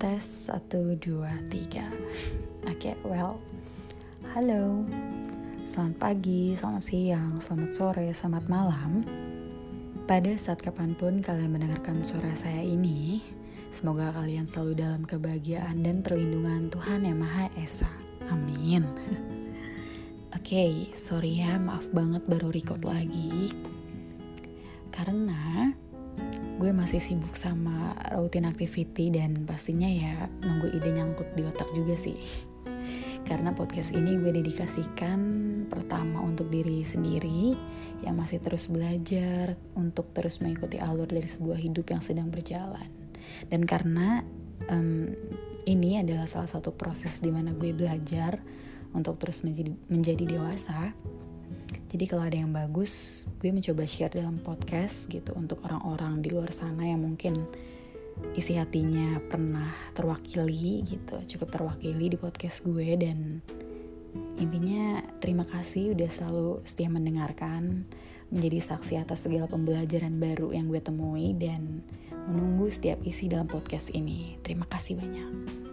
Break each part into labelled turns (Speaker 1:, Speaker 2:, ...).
Speaker 1: Tes 1, 2, 3. Oke, halo. Selamat pagi, selamat siang, selamat sore, selamat malam. Pada saat kapanpun kalian mendengarkan suara saya ini, semoga kalian selalu dalam kebahagiaan dan perlindungan Tuhan Yang Maha Esa. Amin. Oke, sorry ya, maaf banget baru record lagi. Karena gue masih sibuk sama rutin activity dan pastinya ya nunggu ide nyangkut di otak juga sih. Karena podcast ini gue dedikasikan pertama untuk diri sendiri yang masih terus belajar untuk terus mengikuti alur dari sebuah hidup yang sedang berjalan. Dan karena ini adalah salah satu proses di mana gue belajar untuk terus menjadi dewasa. Jadi kalau ada yang bagus, gue mencoba share dalam podcast gitu untuk orang-orang di luar sana yang mungkin isi hatinya pernah terwakili gitu, cukup terwakili di podcast gue. Dan intinya terima kasih udah selalu setia mendengarkan, menjadi saksi atas segala pembelajaran baru yang gue temui dan menunggu setiap isi dalam podcast ini. Terima kasih banyak.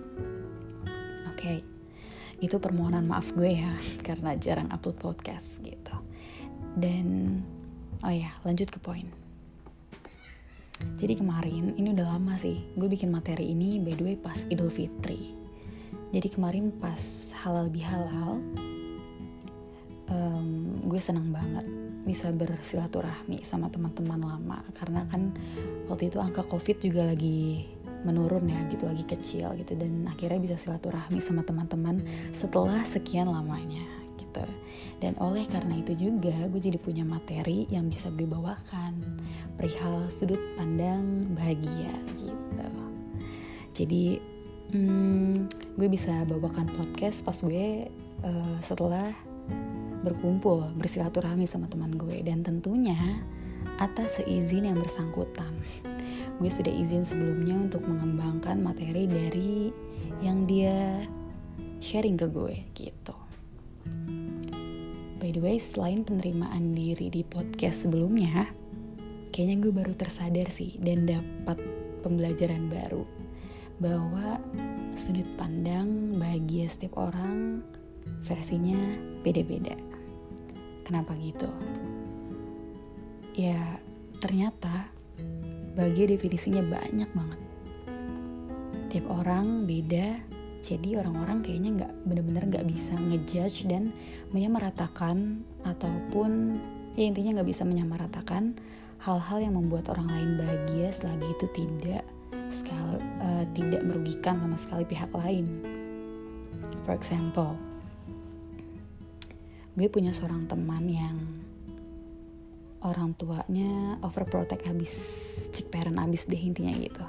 Speaker 1: Oke, itu permohonan maaf gue ya karena jarang upload podcast gitu. Dan lanjut ke poin. Jadi kemarin, ini udah lama sih gue bikin materi ini, by the way pas Idul Fitri. Jadi kemarin pas halal bihalal, gue senang banget bisa bersilaturahmi sama teman-teman lama. Karena kan waktu itu angka COVID juga lagi menurun ya gitu, lagi kecil gitu. Dan akhirnya bisa silaturahmi sama teman-teman setelah sekian lamanya gitu. Dan oleh karena itu juga gue jadi punya materi yang bisa gue bawakan perihal sudut pandang bahagia gitu. Jadi gue bisa bawakan podcast pas gue setelah berkumpul bersilaturahmi sama teman gue. Dan tentunya atas seizin yang bersangkutan. Gue sudah izin sebelumnya untuk mengembangkan materi dari yang dia sharing ke gue gitu. By the way, selain penerimaan diri di podcast sebelumnya, kayaknya gue baru tersadar sih dan dapat pembelajaran baru bahwa sudut pandang bahagia setiap orang versinya beda-beda. Kenapa gitu? Ya, ternyata bahagia definisinya banyak banget. Tiap orang beda. Jadi orang-orang kayaknya benar-benar nggak bisa ngejudge dan menyamaratakan ataupun ya intinya nggak bisa menyamaratakan hal-hal yang membuat orang lain bahagia selagi itu tidak merugikan sama sekali pihak lain. For example, gue punya seorang teman yang orang tuanya overprotect abis, cek parent abis deh intinya gitu.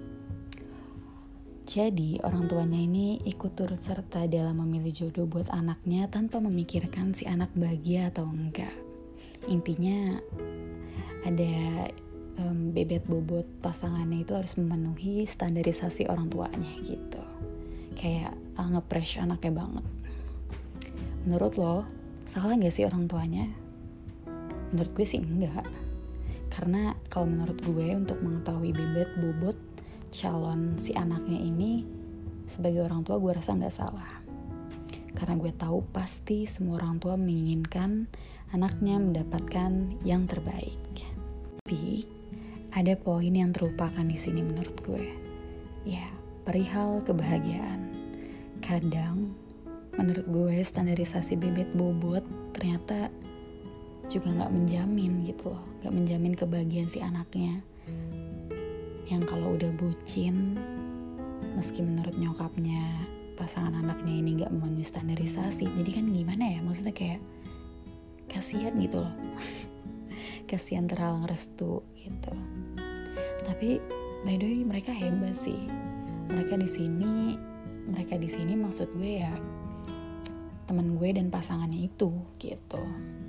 Speaker 1: Jadi orang tuanya ini ikut turut serta dalam memilih jodoh buat anaknya tanpa memikirkan si anak bahagia atau enggak. Intinya ada bebet bobot pasangannya itu harus memenuhi standarisasi orang tuanya gitu. Kayak nge-pressure anaknya banget. Menurut lo, salah gak sih orang tuanya? Menurut gue sih enggak. Karena kalau menurut gue untuk mengetahui bebet bobot calon si anaknya ini, sebagai orang tua gue rasa gak salah. Karena gue tahu pasti semua orang tua menginginkan anaknya mendapatkan yang terbaik. Tapi ada poin yang terlupakan di sini menurut gue. Ya, perihal kebahagiaan. Kadang menurut gue standarisasi bebet bobot ternyata juga gak menjamin gitu loh. Gak menjamin kebahagiaan si anaknya. Yang kalau udah bucin, meski menurut nyokapnya pasangan anaknya ini gak memenuhi standarisasi, jadi kan gimana ya, maksudnya kayak kasihan gitu loh. Kasihan terhalang restu gitu. Tapi by the way mereka hebat sih. Mereka di sini maksud gue ya teman gue dan pasangannya itu gitu.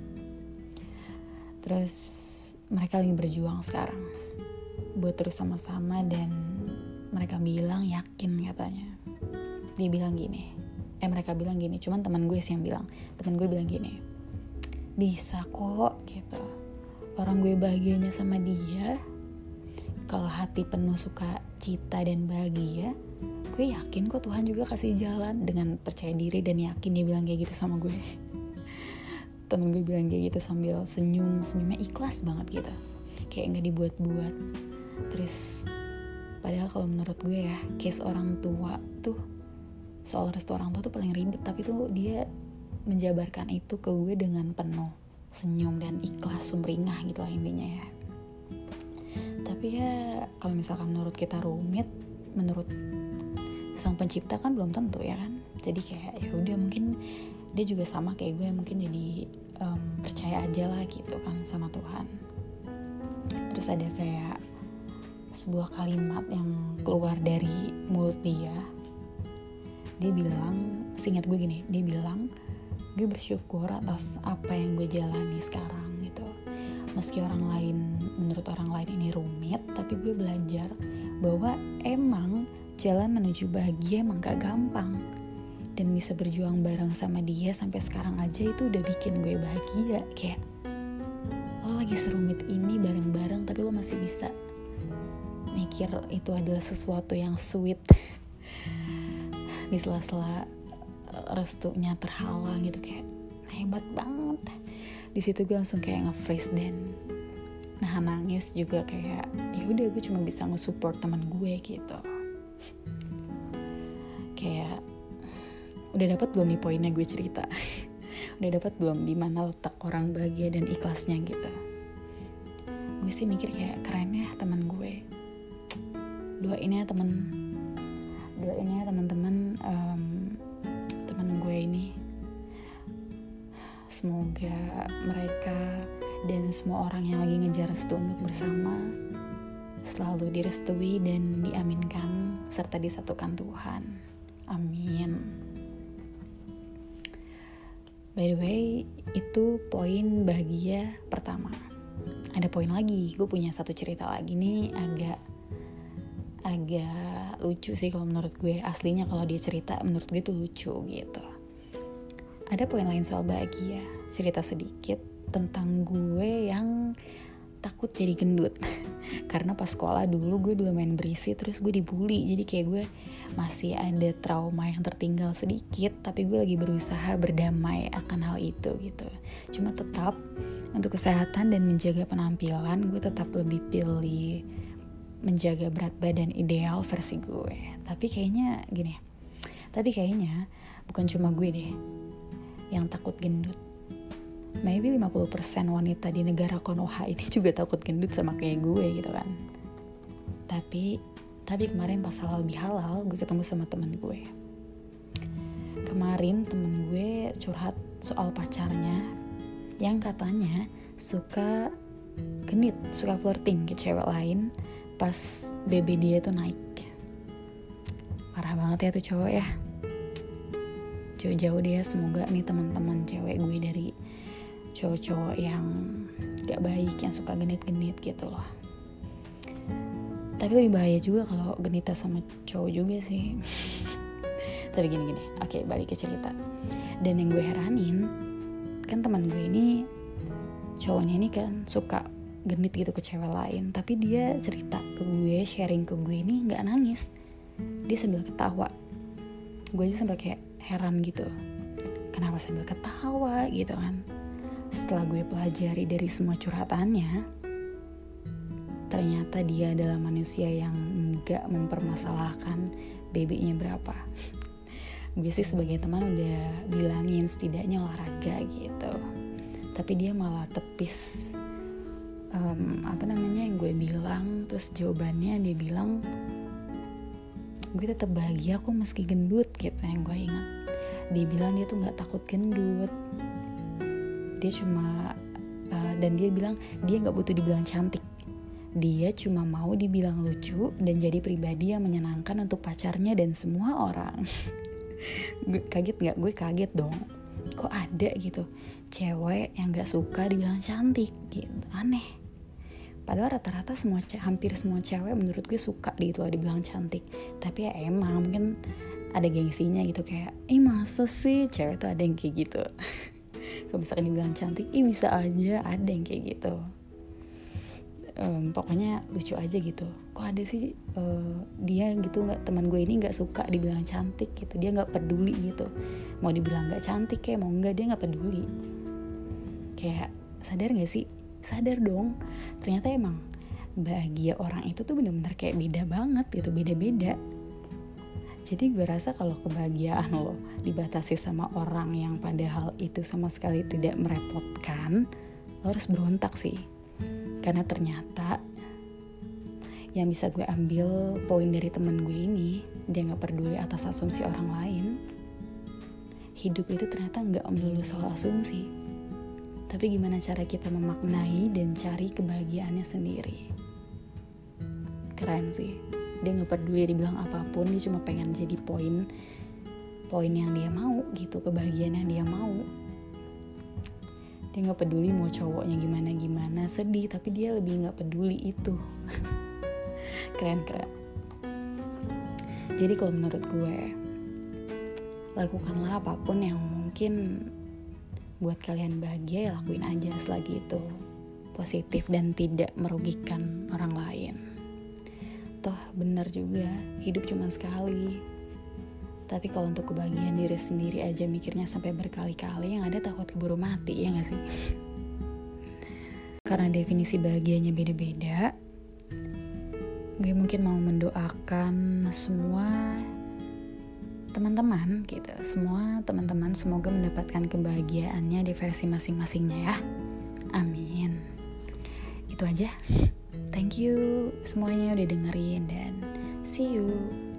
Speaker 1: Terus mereka lagi berjuang sekarang buat terus sama-sama dan mereka bilang yakin katanya. Mereka bilang gini, cuman teman gue sih yang bilang. Teman gue bilang gini, bisa kok gitu. Orang gue bahagianya sama dia, kalau hati penuh sukacita dan bahagia, gue yakin kok Tuhan juga kasih jalan. Dengan percaya diri dan yakin dia bilang kayak gitu sama gue. Temen gue bilang kayak gitu sambil senyumnya ikhlas banget gitu, kayak nggak dibuat-buat. Terus padahal kalau menurut gue ya, case orang tua tuh, soal restu orang tua tuh paling ribet, tapi tuh dia menjabarkan itu ke gue dengan penuh senyum dan ikhlas sumringah gitu lah intinya ya. Tapi ya kalau misalkan menurut kita rumit, menurut sang pencipta kan belum tentu ya kan. Jadi kayak ya udah, mungkin dia juga sama kayak gue, mungkin jadi percaya aja lah gitu kan sama Tuhan. Terus ada kayak sebuah kalimat yang keluar dari mulut dia. Dia bilang, seingat gue gini, dia bilang, gue bersyukur atas apa yang gue jalani sekarang gitu. Meski menurut orang lain ini rumit, tapi gue belajar bahwa emang jalan menuju bahagia emang gak gampang. Dan bisa berjuang bareng sama dia sampai sekarang aja itu udah bikin gue bahagia. Kayak lo lagi serumit ini bareng-bareng, tapi lo masih bisa mikir itu adalah sesuatu yang sweet di sela-sela restunya terhalang gitu. Kayak hebat banget. Di situ gue langsung kayak nge-freeze dan nahan nangis juga. Kayak ya udah, gue cuma bisa nge-support teman gue gitu. Kayak udah dapat belum nih poinnya gue cerita? Udah dapat belum di mana letak orang bahagia dan ikhlasnya gitu? Gue sih mikir kayak keren ya teman gue. Doain ya teman-teman, teman gue ini. Semoga mereka dan semua orang yang lagi ngejar restu untuk bersama selalu direstui dan diaminkan serta disatukan Tuhan. Amin. By the way, itu poin bahagia pertama. Ada poin lagi, gue punya satu cerita lagi nih, agak lucu sih kalau menurut gue. Aslinya kalau dia cerita menurut gue tuh lucu gitu. Ada poin lain soal bahagia, cerita sedikit tentang gue yang takut jadi gendut. Karena pas sekolah dulu gue main berisi, terus gue dibully. Jadi kayak gue masih ada trauma yang tertinggal sedikit, tapi gue lagi berusaha berdamai akan hal itu gitu. Cuma tetap untuk kesehatan dan menjaga penampilan, gue tetap lebih pilih menjaga berat badan ideal versi gue. Tapi kayaknya bukan cuma gue deh yang takut gendut. Maybe 50% wanita di negara Konoha ini juga takut gendut sama kayak gue gitu kan. Tapi kemarin pas halal bihalal gue ketemu sama temen gue. Kemarin temen gue curhat soal pacarnya yang katanya suka genit, suka flirting ke cewek lain pas BB dia tuh naik. Parah banget ya tuh cowok ya. Jauh-jauh dia, semoga nih teman-teman cewek gue dari cowok-cowok yang gak baik, yang suka genit-genit gitu loh. Tapi lebih bahaya juga kalau genita sama cowok juga sih. Tapi gini, oke, balik ke cerita. Dan yang gue heranin, kan teman gue ini, cowoknya ini kan suka genit gitu ke cewek lain. Tapi dia cerita ke gue, sharing ke gue ini gak nangis. Dia sambil ketawa. Gue aja sampai kayak heran gitu. Kenapa sambil ketawa gitu kan? Setelah gue pelajari dari semua curhatannya, ternyata dia adalah manusia yang gak mempermasalahkan BB-nya berapa. Gue sih sebagai teman udah bilangin setidaknya olahraga gitu, tapi dia malah tepis yang gue bilang. Terus jawabannya dia bilang, gue tetap bahagia kok meski gendut gitu. Yang gue ingat dia bilang dia tuh gak takut gendut. Dia cuma dan dia bilang dia gak butuh dibilang cantik, dia cuma mau dibilang lucu dan jadi pribadi yang menyenangkan untuk pacarnya dan semua orang. Kaget gak? Gue kaget dong. Kok ada gitu cewek yang gak suka dibilang cantik gitu, aneh. Padahal rata-rata hampir semua cewek menurut gue suka gitu lah dibilang cantik. Tapi ya emang mungkin ada gengsinya gitu, kayak masa sih cewek tuh ada yang kayak gitu. Kalau misalkan dibilang cantik, bisa aja, ada yang kayak gitu. pokoknya lucu aja gitu. Kok ada sih dia gitu, nggak, teman gue ini nggak suka dibilang cantik gitu, dia nggak peduli gitu, mau dibilang nggak cantik kayak mau nggak, dia nggak peduli. Kayak sadar nggak sih? Sadar dong, ternyata emang bahagia orang itu tuh benar-benar kayak beda banget gitu, beda-beda. Jadi gue rasa kalau kebahagiaan lo dibatasi sama orang yang padahal itu sama sekali tidak merepotkan, lo harus berontak sih. Karena ternyata yang bisa gue ambil poin dari temen gue ini, dia gak peduli atas asumsi orang lain. Hidup itu ternyata gak melulu soal asumsi, tapi gimana cara kita memaknai dan cari kebahagiaannya sendiri. Keren sih. Dia gak peduli dibilang apapun, dia cuma pengen jadi poin yang dia mau gitu, kebahagiaan yang dia mau. Dia gak peduli mau cowoknya gimana-gimana, sedih, tapi dia lebih gak peduli itu. Keren. Jadi kalau menurut gue, lakukanlah apapun yang mungkin buat kalian bahagia, ya lakuin aja selagi itu positif dan tidak merugikan orang lain. Toh benar juga, hidup cuma sekali. Tapi kalau untuk kebahagiaan diri sendiri aja mikirnya sampai berkali-kali, yang ada takut keburu mati, ya gak sih? Karena definisi bahagianya beda-beda, gue mungkin mau mendoakan semua teman-teman gitu, semua teman-teman semoga mendapatkan kebahagiaannya di versi masing-masingnya ya. Amin. Itu aja. Thank you semuanya udah dengerin dan see you.